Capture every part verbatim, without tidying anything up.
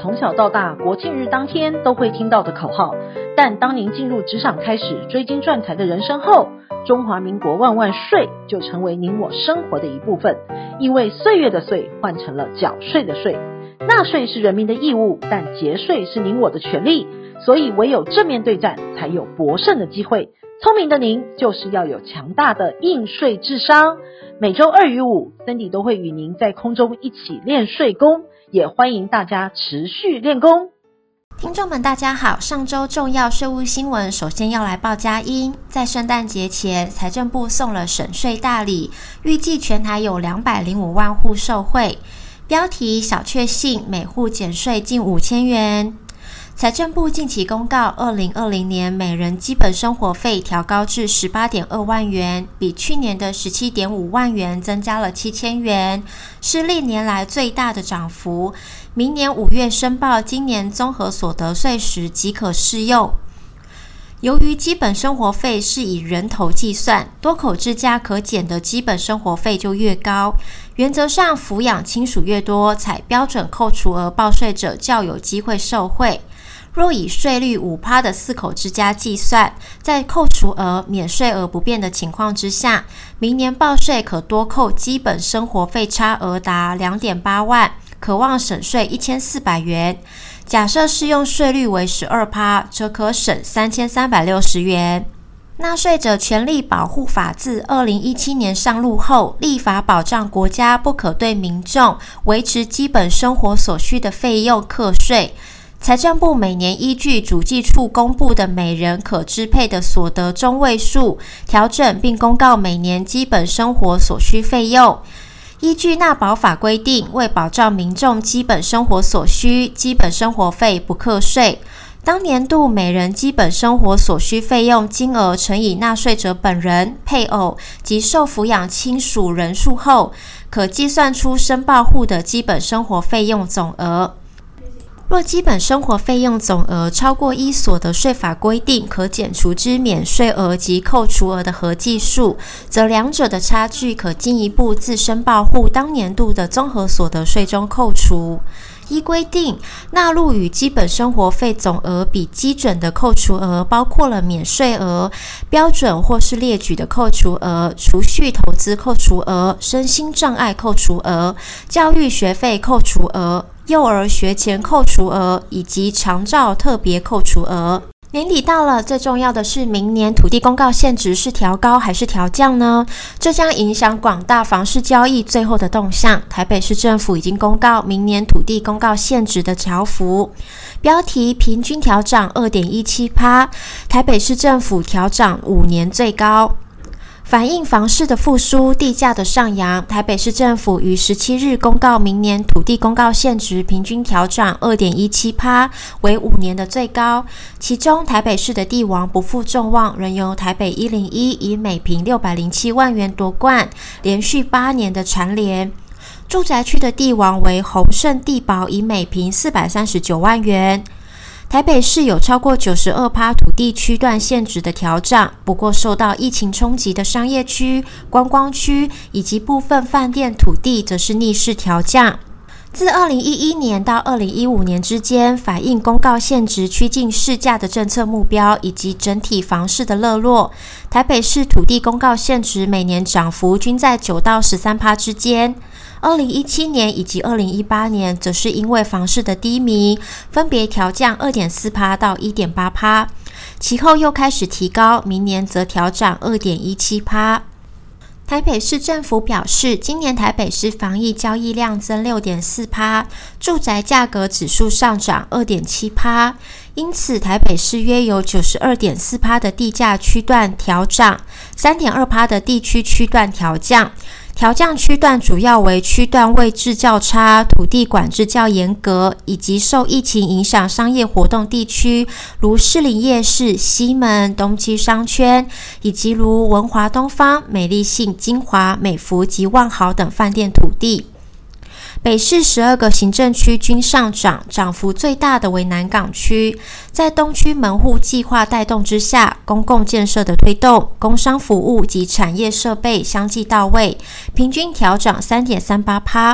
从小到大国庆日当天都会听到的口号，但当您进入职场开始追金赚财的人生后，中华民国万万税就成为您我生活的一部分，因为岁月的岁换成了缴税的税。纳税是人民的义务，但节税是您我的权利，所以唯有正面对战才有博胜的机会。聪明的您就是要有强大的应税智商。每周二与五 Cindy 都会与您在空中一起练税功，也欢迎大家持续练功。 听众们大家好，上周重要税务新闻首先要来报佳音。在圣诞节前，财政部送了省税大礼，预计全台有两百零五万户受惠。标题小确幸，每户减税近五千元。财政部近期公告，二零二零年每人基本生活费调高至 十八点二万元，比去年的 十七点五万元增加了七千元，是历年来最大的涨幅。明年五月申报今年综合所得税时即可适用。由于基本生活费是以人头计算，多口之家可减的基本生活费就越高。原则上，抚养亲属越多，采标准扣除额报税者较有机会受惠。若以税率 百分之五 的四口之家计算，在扣除额、免税额不变的情况之下，明年报税可多扣基本生活费差额达 两点八万，可望省税一千四百元。假设适用税率为 百分之十二， 则可省三千三百六十元。纳税者权利保护法自二零一七年上路后，立法保障国家不可对民众维持基本生活所需的费用课税。财政部每年依据主计处公布的每人可支配的所得中位数，调整并公告每年基本生活所需费用。依据纳保法规定，为保障民众基本生活所需，基本生活费不课税。当年度每人基本生活所需费用金额乘以纳税者本人、配偶及受抚养亲属人数后，可计算出申报户的基本生活费用总额。若基本生活费用总额超过依所得税法规定可减除之免税额及扣除额的合计数，则两者的差距可进一步自申报户当年度的综合所得税中扣除。依规定，纳入与基本生活费总额比基准的扣除额包括了免税额、标准或是列举的扣除额、储蓄投资扣除额、身心障碍扣除额、教育学费扣除额、幼儿学前扣除额以及长照特别扣除额。年底到了，最重要的是明年土地公告现值是调高还是调降呢？这将影响广大房市交易最后的动向。台北市政府已经公告明年土地公告现值的调幅，标题平均调涨 百分之二点一七， 台北市政府调涨五年最高。反映房市的复苏、地价的上扬，台北市政府于十七日公告明年土地公告现值平均调涨 百分之二点一七， 为五年的最高。其中台北市的地王不负众望，仍由台北一零一以每坪六百零七万元夺冠，连续八年的蝉联。住宅区的地王为宏盛地堡，以每坪四百三十九万元。台北市有超过 百分之九十二 土地区段现值的调涨，不过受到疫情冲击的商业区、观光区以及部分饭店土地则是逆势调降。自二零一一年到二零一五年之间，反映公告现值趋近市价的政策目标以及整体房市的热络，台北市土地公告现值每年涨幅均在 百分之九到十三 之间。二零一七年以及二零一八年则是因为房市的低迷，分别调降 二点四 到 一点八， 其后又开始提高，明年则调涨 百分之二点一七。台北市政府表示，今年台北市防疫交易量增 六点四， 住宅价格指数上涨 二点七， 因此台北市约有 百分之九十二点四 的地价区段调涨， 三点二 的地区区段调降。调降区段主要为区段位置较差、土地管制较严格，以及受疫情影响商业活动地区，如士林夜市、西门、东区商圈，以及如文华东方、美丽信、金华、美福及万豪等饭店土地。北市十二个行政区均上涨，涨幅最大的为南港区。在东区门户计划带动之下，公共建设的推动，工商服务及产业设备相继到位，平均调涨 三点三八%。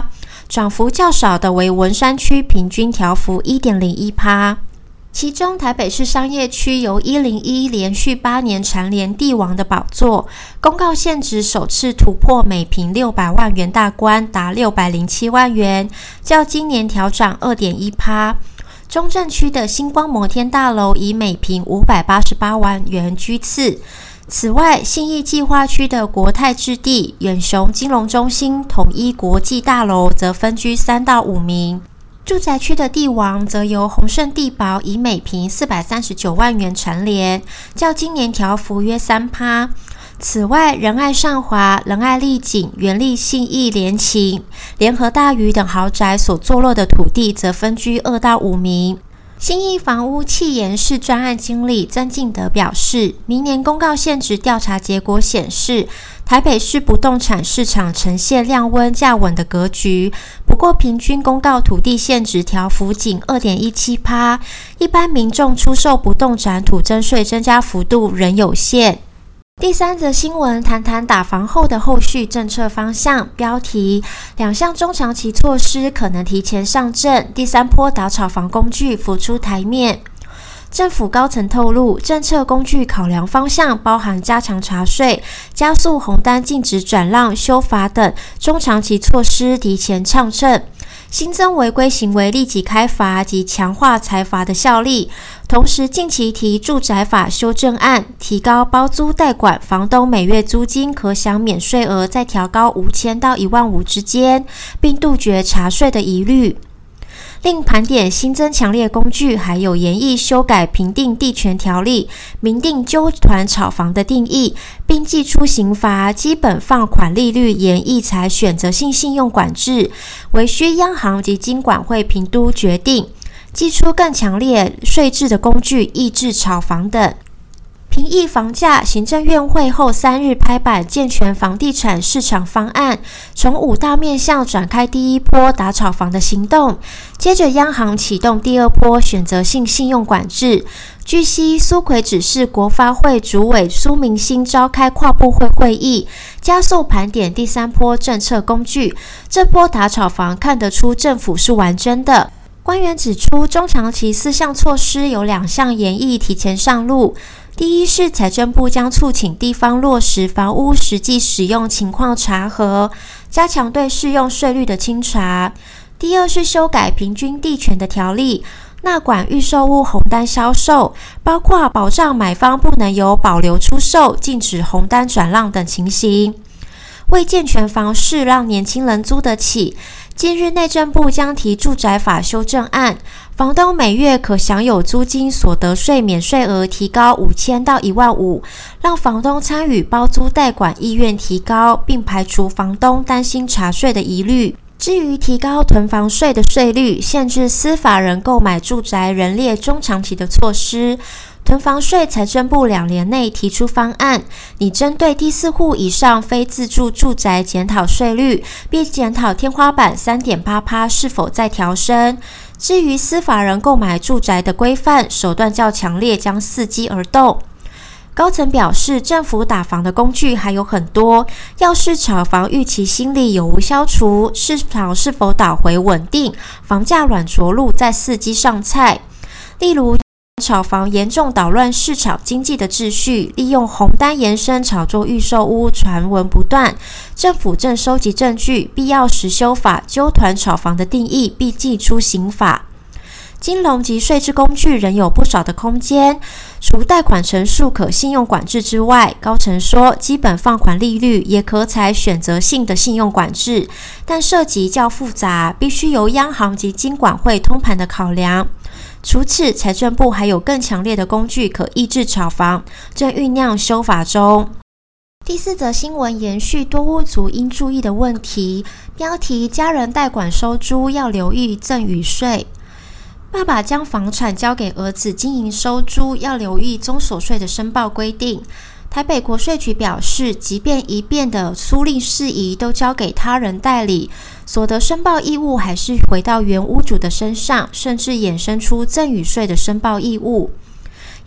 涨幅较少的为文山区，平均调幅 百分之一点零一。其中台北市商业区由一零一连续八年蝉联地王的宝座，公告现值首次突破每坪六百万元大关，达六百零七万元，较今年调涨 百分之二点一。中正区的星光摩天大楼以每坪五百八十八万元居次。此外，信义计划区的国泰置地、远雄金融中心、统一国际大楼则分居三到五名。住宅区的地王则由宏盛地堡以每坪四百三十九万元蝉联，较今年调幅约 百分之三。此外，仁爱上华、仁爱丽景、元丽信义联勤、联合大屿等豪宅所坐落的土地则分居二到五名。信义房屋企研室专案经理曾敬德表示，明年公告现值调查结果显示，台北市不动产市场呈现量温价稳的格局，不过平均公告土地现值调幅仅 百分之二点一七， 一般民众出售不动产土增税增加幅度仍有限。第三则新闻，谈谈打房后的后续政策方向。标题：两项中长期措施可能提前上阵，第三波打炒房工具浮出台面。政府高层透露，政策工具考量方向包含加强查税、加速红单禁止转让、修法等中长期措施提前上阵。新增违规行为立即开罚及强化裁罚的效力，同时近期提住宅法修正案，提高包租代管房东每月租金可享免税额再调高五千到一万五之间，并杜绝查税的疑虑。另盘点新增强烈工具，还有研议修改评定地权条例，明定纠团炒房的定义，并祭出刑罚，基本放款利率研议采选择性信用管制，为需央行及金管会评估决定，祭出更强烈税制的工具，抑制炒房等。平抑房价，行政院会后三日拍板健全房地产市场方案，从五大面向展开第一波打炒房的行动。接着，央行启动第二波选择性信用管制。据悉，苏揆指示国发会主委苏明兴召开跨部会会议，加速盘点第三波政策工具。这波打炒房看得出政府是玩真的。官员指出，中长期四项措施有两项研议提前上路。第一是财政部将促请地方落实房屋实际使用情况查核，加强对适用税率的清查。第二是修改平均地权的条例，纳管预售屋红单销售，包括保障买方不能有保留出售、禁止红单转让等情形。为健全房市，让年轻人租得起，近日内政部将提住宅法修正案，房东每月可享有租金所得税免税额提高五千到一万五，让房东参与包租代管意愿提高，并排除房东担心查税的疑虑。至于提高囤房税的税率，限制司法人购买住宅人列中长期的措施，囤房税财政部两年内提出方案，拟针对第四户以上非自住住宅检讨税率，并检讨天花板 百分之三点八 是否再调升。至于司法人购买住宅的规范手段较强烈，将伺机而动。高层表示，政府打房的工具还有很多，要是炒房预期心理有无消除，市场是否导回稳定，房价软着陆，再伺机上菜。例如炒房严重捣乱市场经济的秩序，利用红单延伸炒作预售屋，传闻不断。政府正收集证据，必要时修法，纠团炒房的定义必祭出刑法。金融及税制工具仍有不少的空间，除贷款成数可信用管制之外，高层说基本放款利率也可采选择性的信用管制，但涉及较复杂，必须由央行及金管会通盘的考量。除此，财政部还有更强烈的工具可抑制炒房，正酝酿修法中。第四则新闻延续多屋族应注意的问题，标题：家人代管收租要留意赠与税。爸爸将房产交给儿子经营收租，要留意综所税的申报规定。台北国税局表示，即便一变的租赁事宜都交给他人代理，所得申报义务还是回到原屋主的身上，甚至衍生出赠与税的申报义务。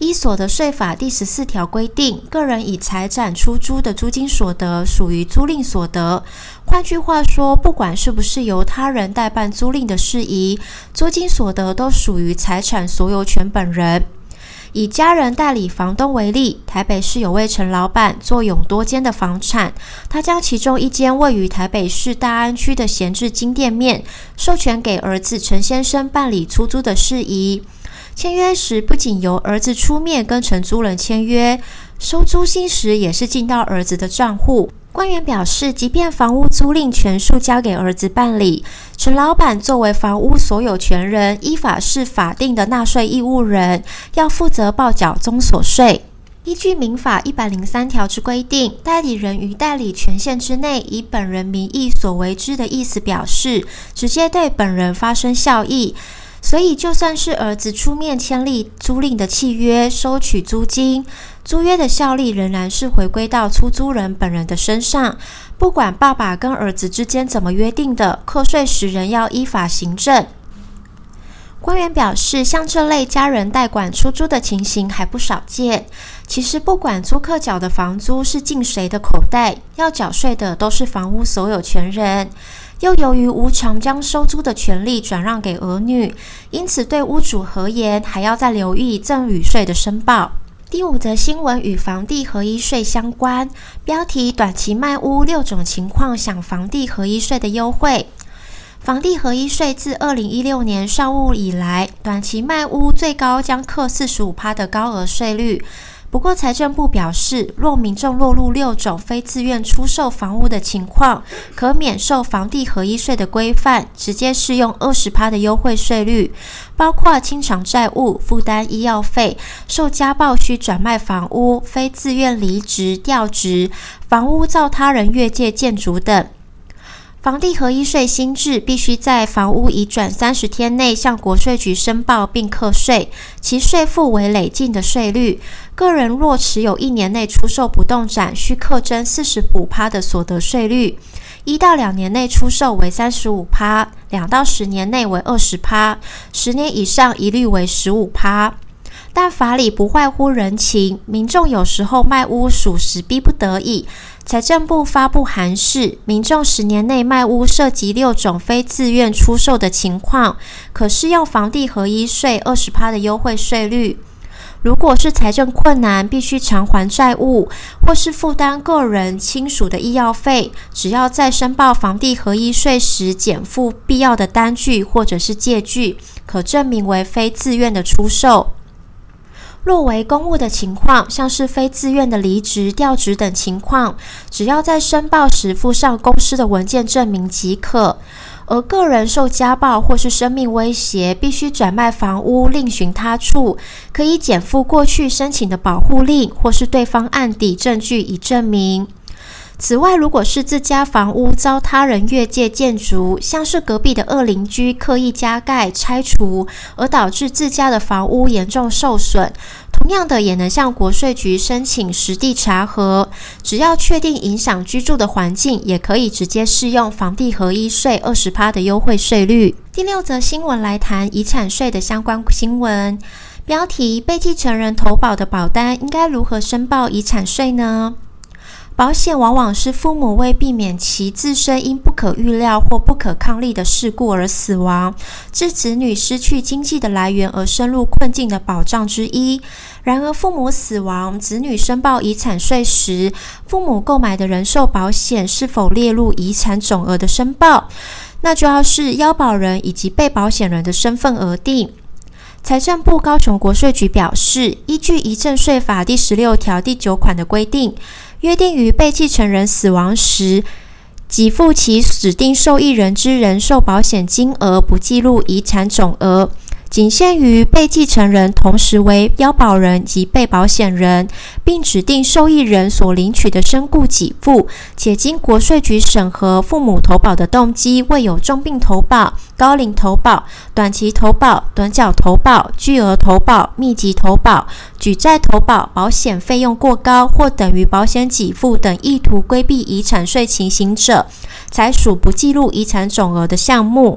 依所得税法第十四条规定，个人以财产出租的租金所得属于租赁所得。换句话说，不管是不是由他人代办租赁的事宜，租金所得都属于财产所有权本人。以家人代理房东为例，台北市有位陈老板坐拥多间的房产，他将其中一间位于台北市大安区的闲置金店面授权给儿子陈先生办理出租的事宜。签约时不仅由儿子出面跟承租人签约，收租金时也是进到儿子的账户。官员表示，即便房屋租赁全数交给儿子办理，陈老板作为房屋所有权人，依法是法定的纳税义务人，要负责报缴综所税。依据民法一百零三条之规定，代理人于代理权限之内，以本人名义所为之的意思表示，直接对本人发生效益。所以就算是儿子出面签立租赁的契约，收取租金，租约的效力仍然是回归到出租人本人的身上。不管爸爸跟儿子之间怎么约定的，课税时仍要依法行政。官员表示，像这类家人代管出租的情形还不少见。其实不管租客缴的房租是进谁的口袋，要缴税的都是房屋所有权人。又由于无偿将收租的权利转让给儿女，因此对屋主而言还要再留意赠与税的申报。第五则新闻与房地合一税相关，标题：短期卖屋六种情况享房地合一税的优惠。房地合一税自二零一六年上路以来，短期卖屋最高将课 百分之四十五 的高额税率。不过财政部表示，若民众落入六种非自愿出售房屋的情况，可免受房地合一税的规范，直接适用 百分之二十 的优惠税率，包括清偿债务、负担医药费、受家暴需转卖房屋、非自愿离职调职、房屋遭他人越界建筑等。房地合一税新制必须在房屋移转三十天内向国税局申报并课税，其税负为累进的税率。个人若持有一年内出售不动产，需课征 百分之四十五 的所得税率；一到两年内出售为 百分之三十五， 两到十年内为 百分之二十， 十年以上一律为 百分之十五。但法理不外乎人情，民众有时候卖屋属实逼不得已。财政部发布函释，民众十年内卖屋涉及六种非自愿出售的情况，可适用房地合一税 百分之二十 的优惠税率。如果是财政困难，必须偿还债务，或是负担个人亲属的医药费，只要在申报房地合一税时减负必要的单据或者是借据，可证明为非自愿的出售。若为公务的情况，像是非自愿的离职、调职等情况，只要在申报时附上公司的文件证明即可。而个人受家暴或是生命威胁，必须转卖房屋另寻他处，可以减负过去申请的保护令，或是对方案底证据以证明。此外，如果是自家房屋遭他人越界建筑，像是隔壁的恶邻居刻意加盖、拆除，而导致自家的房屋严重受损，同样的也能向国税局申请实地查核，只要确定影响居住的环境，也可以直接适用房地合一税 百分之二十 的优惠税率。第六则新闻来谈遗产税的相关新闻，标题：被继承人投保的保单应该如何申报遗产税呢？保险往往是父母为避免其自身因不可预料或不可抗力的事故而死亡，致子女失去经济的来源而深入困境的保障之一。然而父母死亡，子女申报遗产税时，父母购买的人寿保险是否列入遗产总额的申报，那就要视要保人以及被保险人的身份而定。财政部高雄国税局表示，依据遗赠税法第十六条第九款的规定，约定于被继承人死亡时，给付其指定受益人之人寿保险金额不计入遗产总额，仅限于被继承人同时为要保人及被保险人，并指定受益人所领取的身故给付，且经国税局审核父母投保的动机未有重病投保、高龄投保、短期投保、短缴投保、巨额投保、密集投保、举债投保、保险费用过高或等于保险给付等意图规避遗产税情形者，才属不计入遗产总额的项目。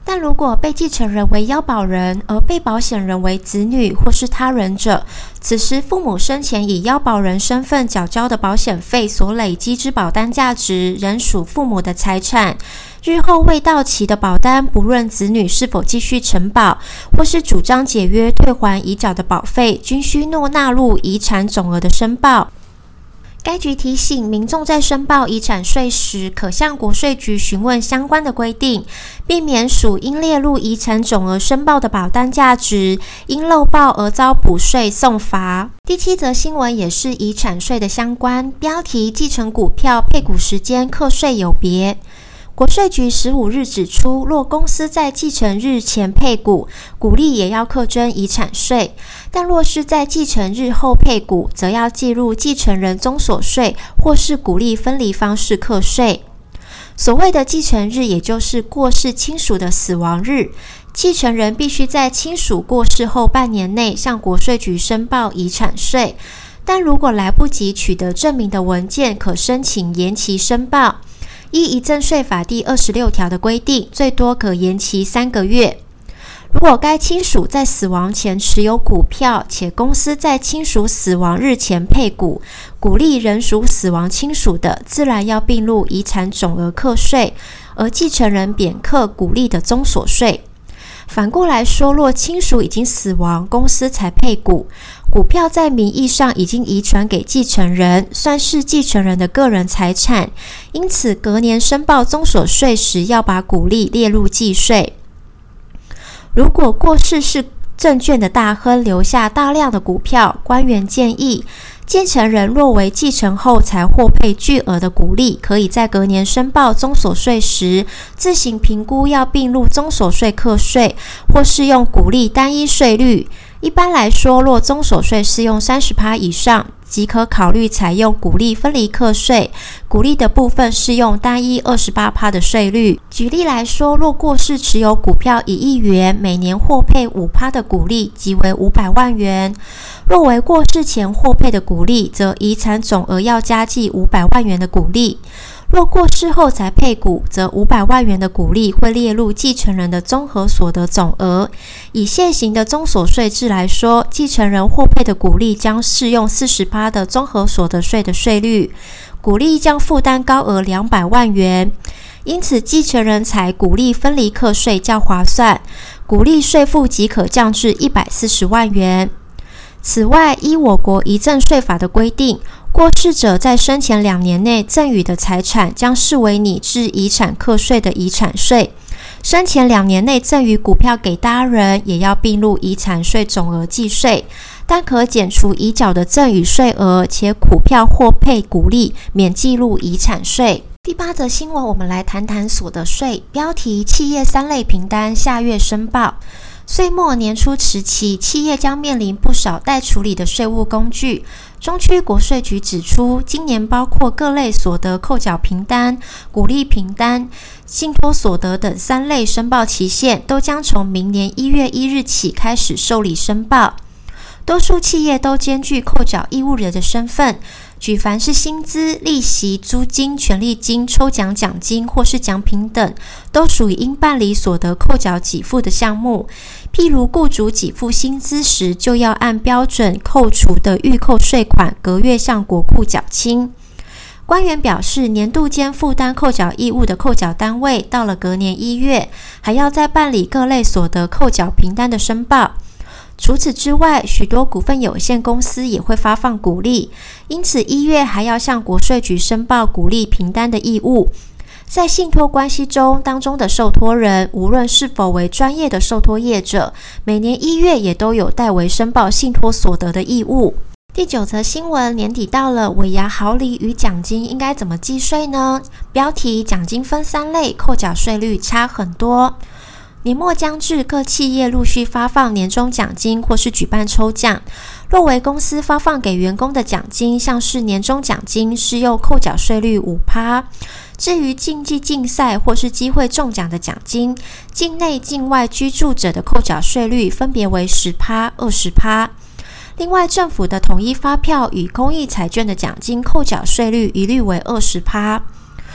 但如果被继承人为要保人，而被保险人为子女或是他人者，此时父母生前以要保人身份缴交的保险费所累积之保单价值，仍属父母的财产。日后未到期的保单，不论子女是否继续承保，或是主张解约退还已缴的保费，均需诺纳入遗产总额的申报。该局提醒民众在申报遗产税时，可向国税局询问相关的规定，避免属应列入遗产总额申报的保单价值，因漏报而遭补税送罚。第七则新闻也是遗产税的相关，标题：继承股票配股时间课税有别。国税局十五日指出，若公司在继承日前配股，股利也要课征遗产税；但若是在继承日后配股，则要计入继承人综所税或是股利分离方式课税。所谓的继承日，也就是过世亲属的死亡日，继承人必须在亲属过世后半年内向国税局申报遗产税，但如果来不及取得证明的文件，可申请延期申报。依遗赠税法第二十六条的规定，最多可延期三个月。如果该亲属在死亡前持有股票，且公司在亲属死亡日前配股，股利仍属死亡亲属的，自然要并入遗产总额课税，而继承人免课股利的综所税。反过来说，若亲属已经死亡，公司才配股，股票在名义上已经遗传给继承人，算是继承人的个人财产，因此隔年申报综所税时要把股利列入计税。如果过世是证券的大亨，留下大量的股票，官员建议继承人若为继承后才获配巨额的股利，可以在隔年申报综所税时自行评估要并入综所税课税，或适用股利单一税率。一般来说，若综所税适用 百分之三十 以上，即可考虑采用股利分离课税，股利的部分适用单一 百分之二十八 的税率。举例来说，若过世持有股票一亿元，每年获配 百分之五 的股利，即为五百万元。若为过世前获配的股利，则遗产总额要加计五百万元的股利。若过世后才配股，则五百万元的股利会列入继承人的综合所得总额。以现行的综所税制来说，继承人获配的股利将适用 百分之四十 的综合所得税的税率，股利将负担高额两百万元。因此，继承人采股利分离课税较划算，股利税负即可降至一百四十万元。此外，依我国遗赠税法的规定，过世者在生前两年内赠与的财产将视为拟制遗产课税的遗产税，生前两年内赠与股票给他人也要并入遗产税总额计税，但可减除已缴的赠与税额，且股票获配股利免计入遗产税。第八则新闻，我们来谈谈所得税，标题：企业三类凭单下月申报。岁末年初时期，企业将面临不少待处理的税务工具。中区国税局指出，今年包括各类所得扣缴凭单、股利凭单、信托所得等三类申报期限，都将从明年一月一日起开始受理申报。多数企业都兼具扣缴义务人的身份，举凡是薪资、利息、租金、权利金、抽奖奖金或是奖品等，都属于应办理所得扣缴给付的项目。譬如雇主给付薪资时，就要按标准扣除的预扣税款隔月向国库缴清。官员表示，年度间负担扣缴义务的扣缴单位，到了隔年一月，还要再办理各类所得扣缴凭单的申报。除此之外，许多股份有限公司也会发放股利，因此一月还要向国税局申报股利凭单的义务。在信托关系中，当中的受托人无论是否为专业的受托业者，每年一月也都有代为申报信托所得的义务。第九则新闻，年底到了，尾牙好礼与奖金应该怎么计税呢？标题：奖金分三类，扣缴税率差很多。年末将至，各企业陆续发放年终奖金或是举办抽奖。若为公司发放给员工的奖金，像是年终奖金，适用扣缴税率 百分之五。至于竞技竞赛或是机会中奖的奖金，境内境外居住者的扣缴税率分别为 百分之十、百分之二十。另外，政府的统一发票与公益彩券的奖金扣缴税率一律为 百分之二十。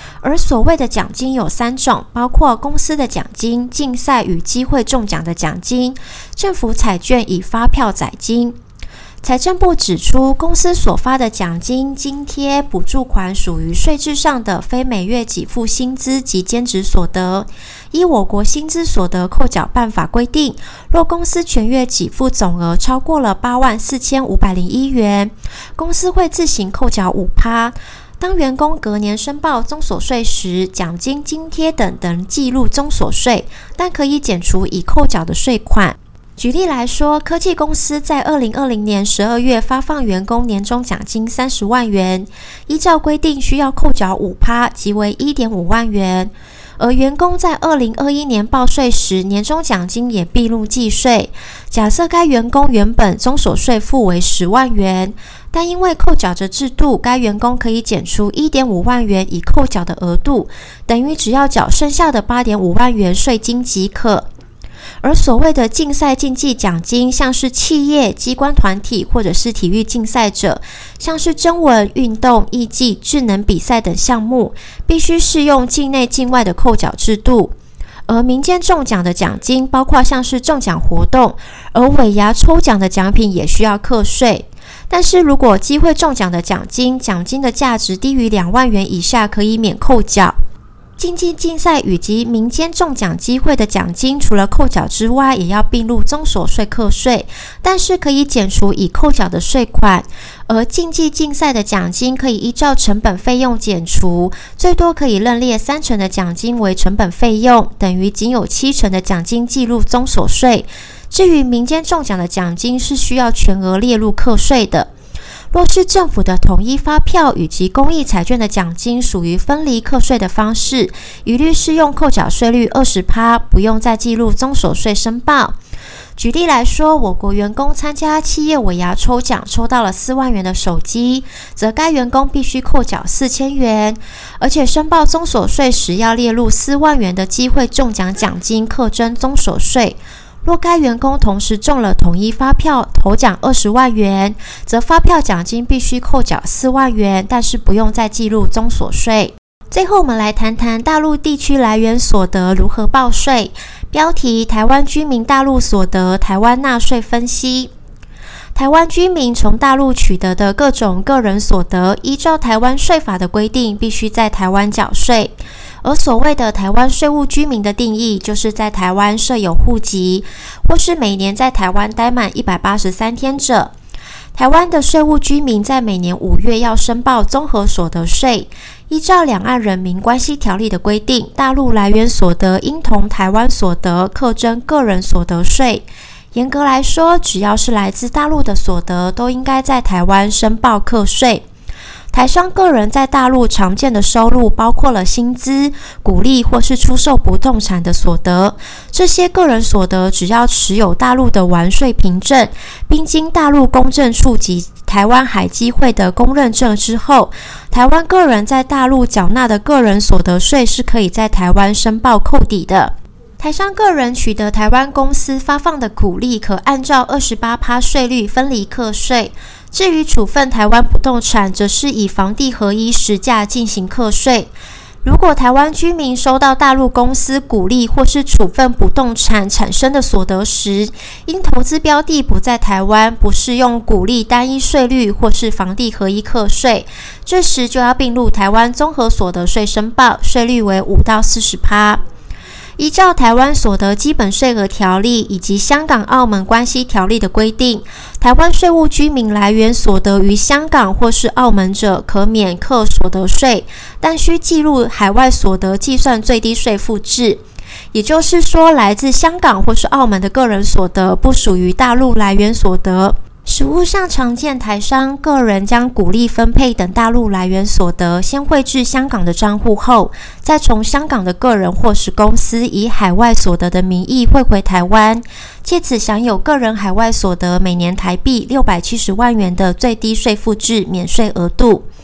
而所谓的奖金有三种，包括公司的奖金、竞赛与机会中奖的奖金、政府彩券以发票载金。财政部指出，公司所发的奖金、津贴、补助款属于税制上的非每月给付薪资及兼职所得。依我国薪资所得扣缴办法规定，若公司全月给付总额超过了八万四千五百零一元，公司会自行扣缴 百分之五。当员工隔年申报综所税时，奖金、津贴等能计入综所税，但可以减除已扣缴的税款。举例来说，科技公司在二零二零年十二月发放员工年终奖金三十万元，依照规定需要扣缴 百分之五， 即为 一点五万元。而员工在二零二一年报税时，年终奖金也并入计税。假设该员工原本综所税负为十万元，但因为扣缴的制度，该员工可以减除 一点五万元已扣缴的额度，等于只要缴剩下的 八点五万元税金即可。而所谓的竞赛竞技奖金，像是企业、机关团体或者是体育竞赛者，像是征文、运动、艺技、智能比赛等项目，必须适用境内境外的扣缴制度。而民间中奖的奖金，包括像是中奖活动，而尾牙抽奖的奖品也需要课税。但是如果机会中奖的奖金，奖金的价值低于两万元以下，可以免扣缴。竞技竞赛以及民间中奖机会的奖金，除了扣缴之外，也要并入综所税课税，但是可以减除已扣缴的税款。而竞技竞赛的奖金可以依照成本费用减除，最多可以认列三成的奖金为成本费用，等于仅有七成的奖金计入综所税。至于民间中奖的奖金，是需要全额列入课税的。若是政府的统一发票以及公益彩券的奖金属于分离课税的方式，一律适用扣缴税率 百分之二十， 不用再计入综所税申报。举例来说，我国员工参加企业尾牙抽奖，抽到了四万元的手机，则该员工必须扣缴四千元，而且申报综所税时要列入四万元的机会中奖奖金课征综所税。若该员工同时中了统一发票头奖二十万元，则发票奖金必须扣缴四万元，但是不用再计入综所税。最后我们来谈谈大陆地区来源所得如何报税。标题：台湾居民大陆所得，台湾纳税分析。台湾居民从大陆取得的各种个人所得，依照台湾税法的规定，必须在台湾缴税。而所谓的台湾税务居民的定义，就是在台湾设有户籍，或是每年在台湾待满一百八十三天者。台湾的税务居民在每年五月要申报综合所得税。依照两岸人民关系条例的规定，大陆来源所得应同台湾所得课征个人所得税。严格来说，只要是来自大陆的所得，都应该在台湾申报课税。台商个人在大陆常见的收入包括了薪资、股利或是出售不动产的所得。这些个人所得只要持有大陆的完税凭证，并经大陆公证处及台湾海基会的公认证之后，台湾个人在大陆缴纳的个人所得税是可以在台湾申报扣抵的。台商个人取得台湾公司发放的股利，可按照 百分之二十八 税率分离课税。至于处分台湾不动产，则是以房地合一实价进行课税。如果台湾居民收到大陆公司股利或是处分不动产产生的所得时，因投资标的不在台湾，不适用股利单一税率或是房地合一课税，这时就要并入台湾综合所得税申报，税率为 百分之五到百分之四十。依照台湾所得基本税额条例以及香港澳门关系条例的规定，台湾税务居民来源所得于香港或是澳门者，可免课所得税，但需计入海外所得计算最低税负制。也就是说，来自香港或是澳门的个人所得不属于大陆来源所得。实务上常见台商个人将股利分配等大陆来源所得先汇至香港的账户后，再从香港的个人或是公司以海外所得的名义汇回台湾，借此享有个人海外所得每年台币六百七十万元的最低税负制免税额度。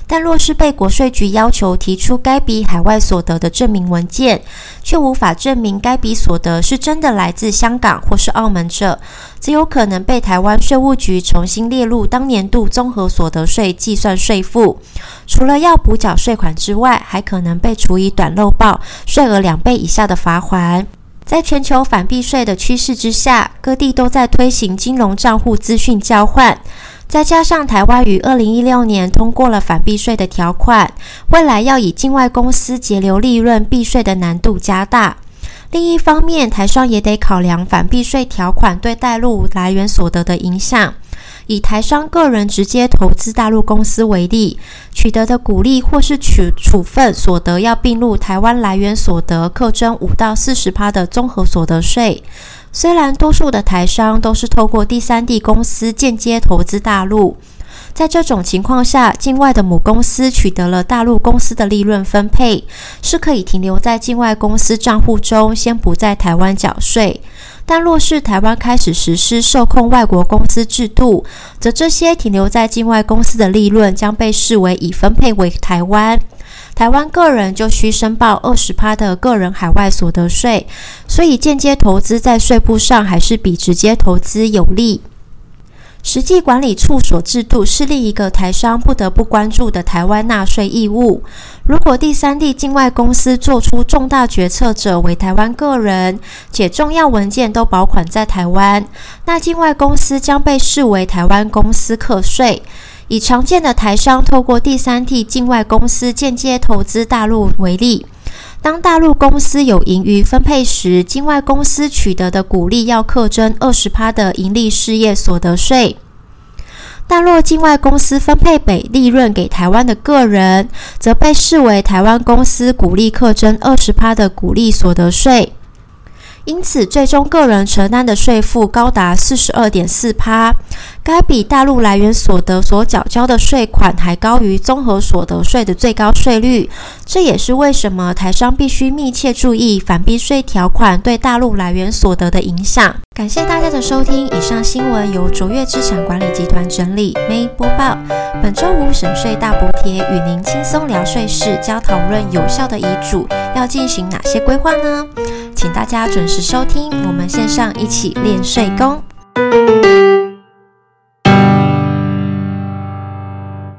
但若是被国税局要求提出该笔海外所得的证明文件，却无法证明该笔所得是真的来自香港或是澳门者，则有可能被台湾税务局重新列入当年度综合所得税计算税负。除了要补缴税款之外，还可能被处以短漏报税额两倍以下的罚锾。在全球反避税的趋势之下，各地都在推行金融账户资讯交换，再加上台湾于二零一六年通过了反避税的条款，未来要以境外公司节流利润避税的难度加大。另一方面，台商也得考量反避税条款对大陆来源所得的影响。以台商个人直接投资大陆公司为例，取得的股利或是取处分所得要并入台湾来源所得，课征五到四十趴的综合所得税。虽然多数的台商都是透过第三地公司间接投资大陆，在这种情况下，境外的母公司取得了大陆公司的利润分配，是可以停留在境外公司账户中，先不在台湾缴税。但若是台湾开始实施受控外国公司制度，则这些停留在境外公司的利润将被视为已分配为台湾，台湾个人就需申报 百分之二十 的个人海外所得税，所以间接投资在税部上还是比直接投资有利。实际管理处所制度是另一个台商不得不关注的台湾纳税义务。如果第三地境外公司做出重大决策者为台湾个人，且重要文件都保管在台湾，那境外公司将被视为台湾公司课税。以常见的台商透过第三地境外公司间接投资大陆为例，当大陆公司有盈余分配时，境外公司取得的股利要课征 百分之二十 的盈利事业所得税。但若境外公司分配北利润给台湾的个人，则被视为台湾公司股利课征 百分之二十 的股利所得税。因此，最终个人承担的税负高达 百分之四十二点四， 该比大陆来源所得所缴交的税款还高于综合所得税的最高税率。这也是为什么台商必须密切注意反避税条款对大陆来源所得的影响。感谢大家的收听，以上新闻由卓越资产管理集团整理，May播报。本周五省税大补帖，与您轻松聊税事，将讨论有效的遗嘱要进行哪些规划呢？请大家准时收听，我们线上一起练税功。